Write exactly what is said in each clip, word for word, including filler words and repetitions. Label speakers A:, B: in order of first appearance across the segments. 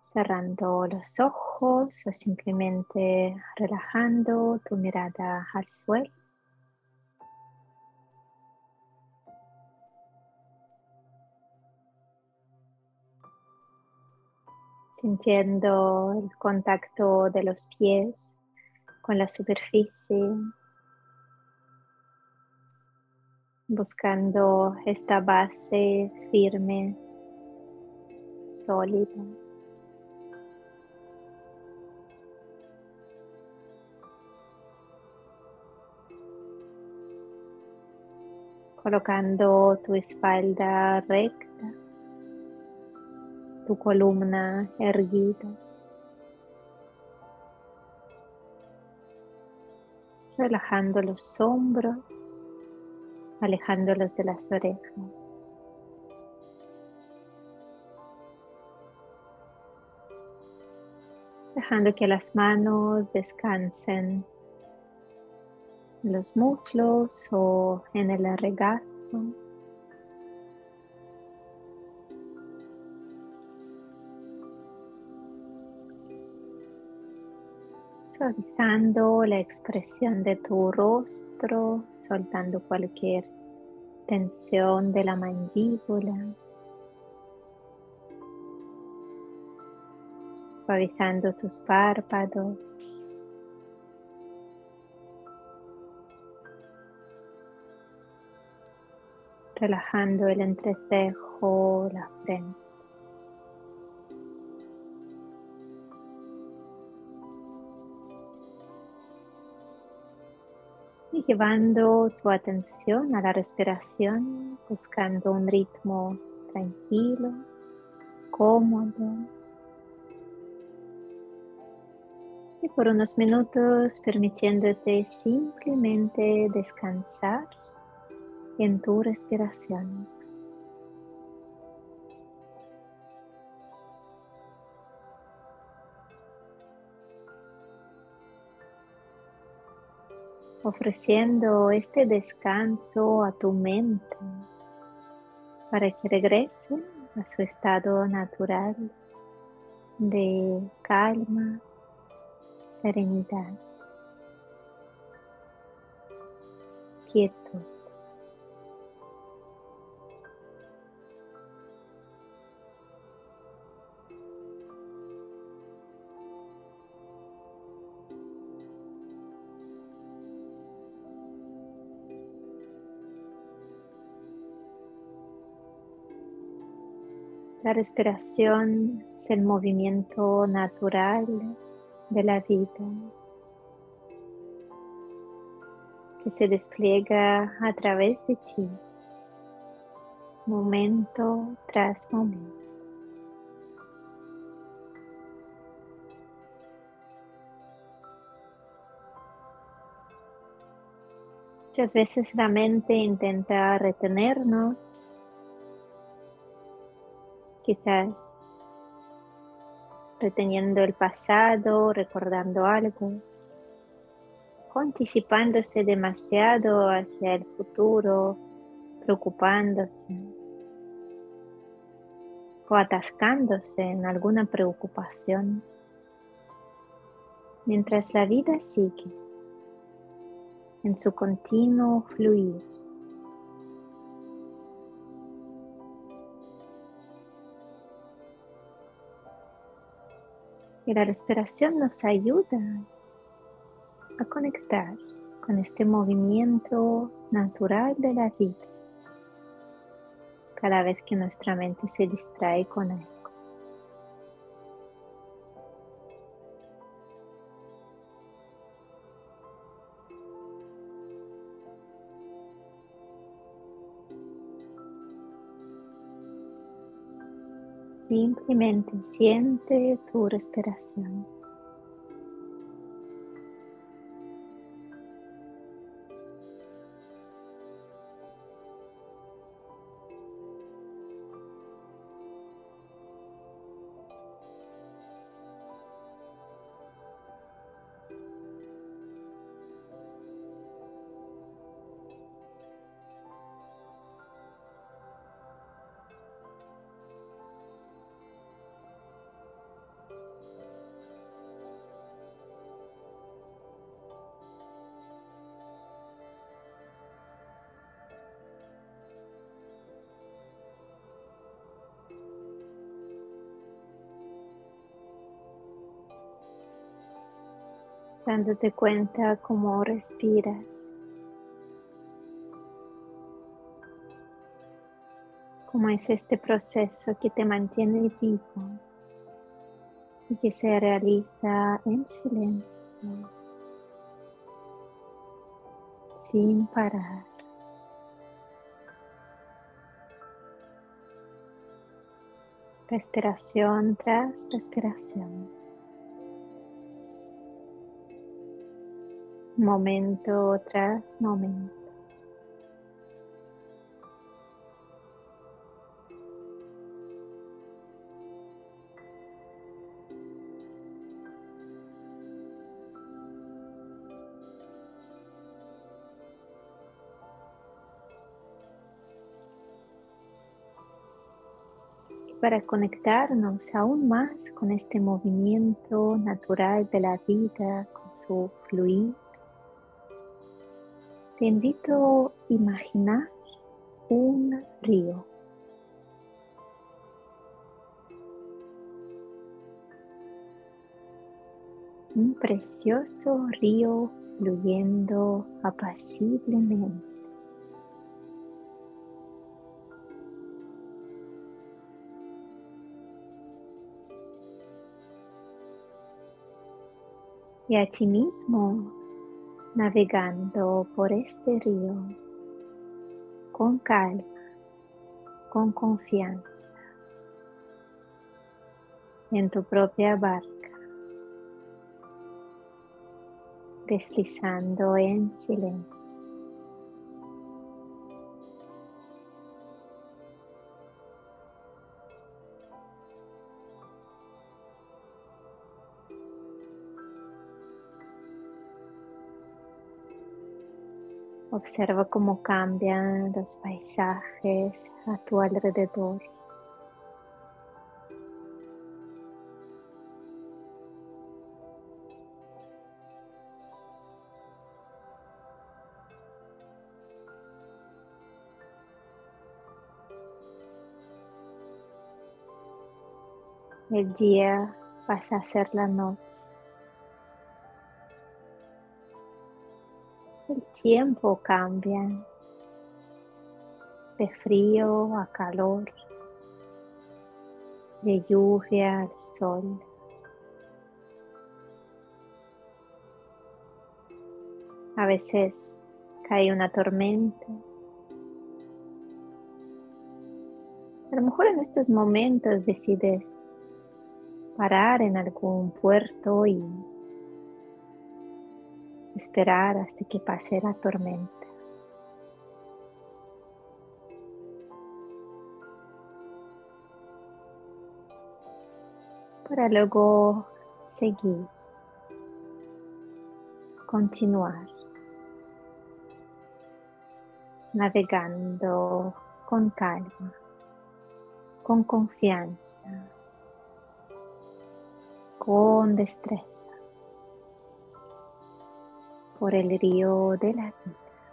A: cerrando los ojos o simplemente relajando tu mirada al suelo. Sintiendo el contacto de los pies con la superficie, buscando esta base firme, sólida. Colocando tu espalda recta, tu columna erguida. Relajando los hombros, alejándolos de las orejas. Dejando que las manos descansen en los muslos o en el regazo. Suavizando la expresión de tu rostro, soltando cualquier tensión de la mandíbula. Suavizando tus párpados. Relajando el entrecejo, la frente. Y llevando tu atención a la respiración, buscando un ritmo tranquilo, cómodo. Y por unos minutos permitiéndote simplemente descansar en tu respiración. Ofreciendo este descanso a tu mente para que regrese a su estado natural de calma, serenidad, quietud. La respiración es el movimiento natural de la vida que se despliega a través de ti, momento tras momento. Muchas veces la mente intenta retenernos, quizás reteniendo el pasado, recordando algo, o anticipándose demasiado hacia el futuro, preocupándose o atascándose en alguna preocupación, mientras la vida sigue en su continuo fluir. Y la respiración nos ayuda a conectar con este movimiento natural de la vida cada vez que nuestra mente se distrae con algo. Simplemente siente tu respiración. dándote cuenta cómo respiras, cómo es este proceso que te mantiene vivo y que se realiza en silencio, sin parar. Respiración tras respiración. Momento tras momento. Para conectarnos aún más con este movimiento natural de la vida, con su fluir, te invito a imaginar un río. Un precioso río fluyendo apaciblemente. Y asimismo, navegando por este río con calma, con confianza, en tu propia barca, deslizando en silencio. Observa cómo cambian los paisajes a tu alrededor. El día pasa a ser la noche. El tiempo cambia de frío a calor, de lluvia al sol. A veces cae una tormenta. A lo mejor en estos momentos decides parar en algún puerto y esperar hasta que pase la tormenta. Para luego seguir, continuar, navegando con calma, con confianza, con destreza, por el río de la vida.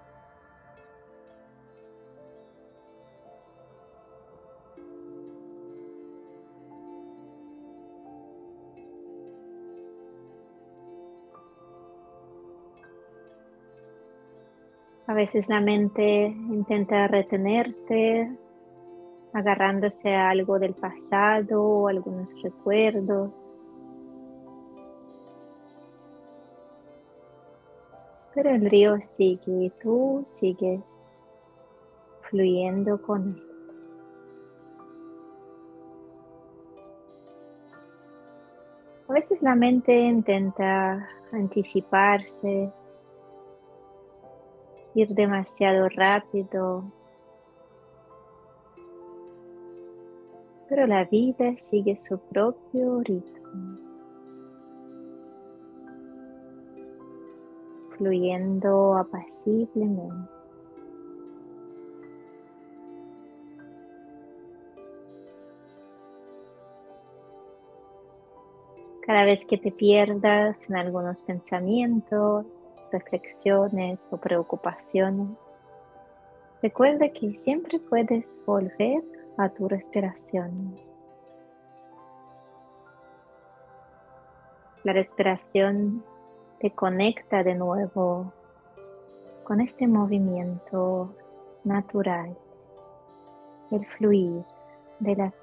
A: A veces la mente intenta retenerte, agarrándose a algo del pasado o algunos recuerdos. Pero el río sigue y tú sigues fluyendo con él. A veces la mente intenta anticiparse, ir demasiado rápido, pero la vida sigue su propio ritmo, fluyendo apaciblemente. Cada vez que te pierdas en algunos pensamientos, reflexiones o preocupaciones, recuerda que siempre puedes volver a tu respiración. La respiración te conecta de nuevo con este movimiento natural, el fluir de la vida.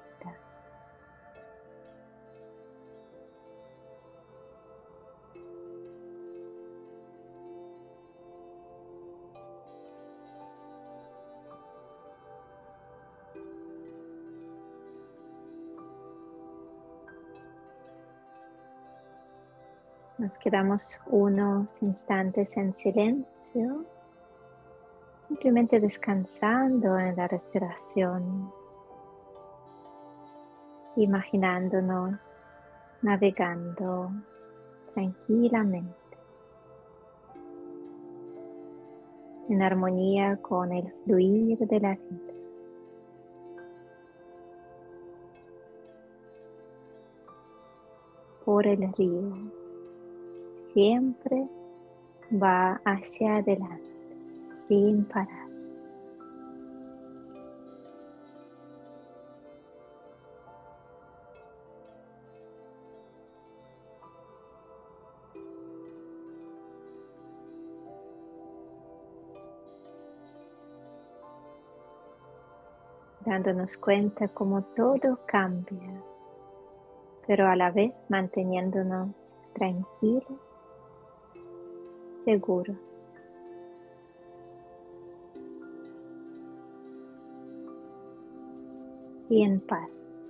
A: Nos quedamos unos instantes en silencio, simplemente descansando en la respiración, imaginándonos navegando tranquilamente, en armonía con el fluir de la vida. Por el río, siempre va hacia adelante, sin parar. Dándonos cuenta cómo todo cambia, pero a la vez manteniéndonos tranquilos, seguros. Y en paz.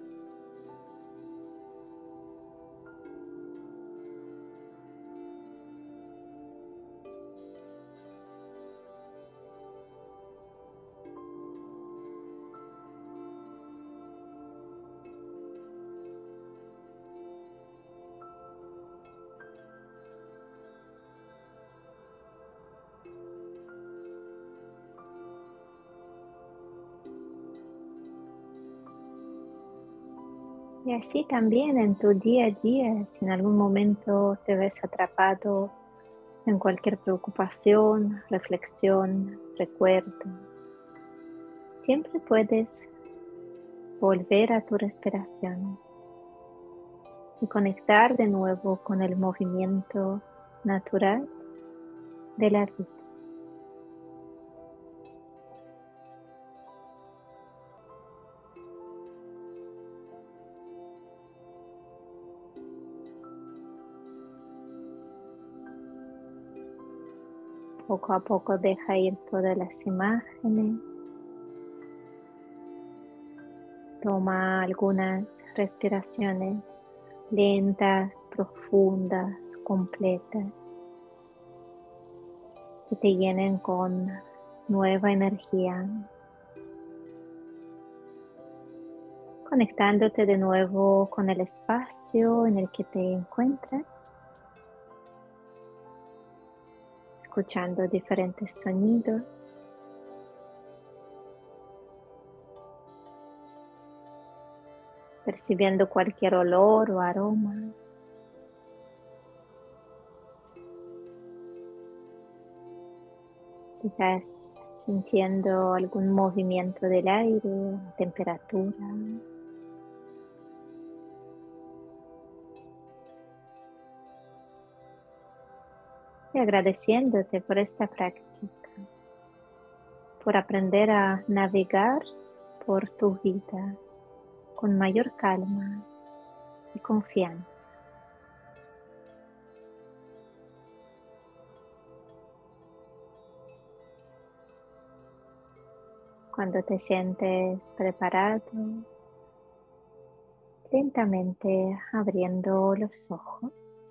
A: Y así también en tu día a día, si en algún momento te ves atrapado en cualquier preocupación, reflexión, recuerdo, siempre puedes volver a tu respiración y conectar de nuevo con el movimiento natural de la vida. Poco a poco deja ir todas las imágenes. Toma algunas respiraciones lentas, profundas, completas, que te llenen con nueva energía, conectándote de nuevo con el espacio en el que te encuentras, escuchando diferentes sonidos. Percibiendo cualquier olor o aroma. Quizás sintiendo algún movimiento del aire, temperatura. Y agradeciéndote por esta práctica, por aprender a navegar por tu vida con mayor calma y confianza. Cuando te sientes preparado, lentamente abriendo los ojos.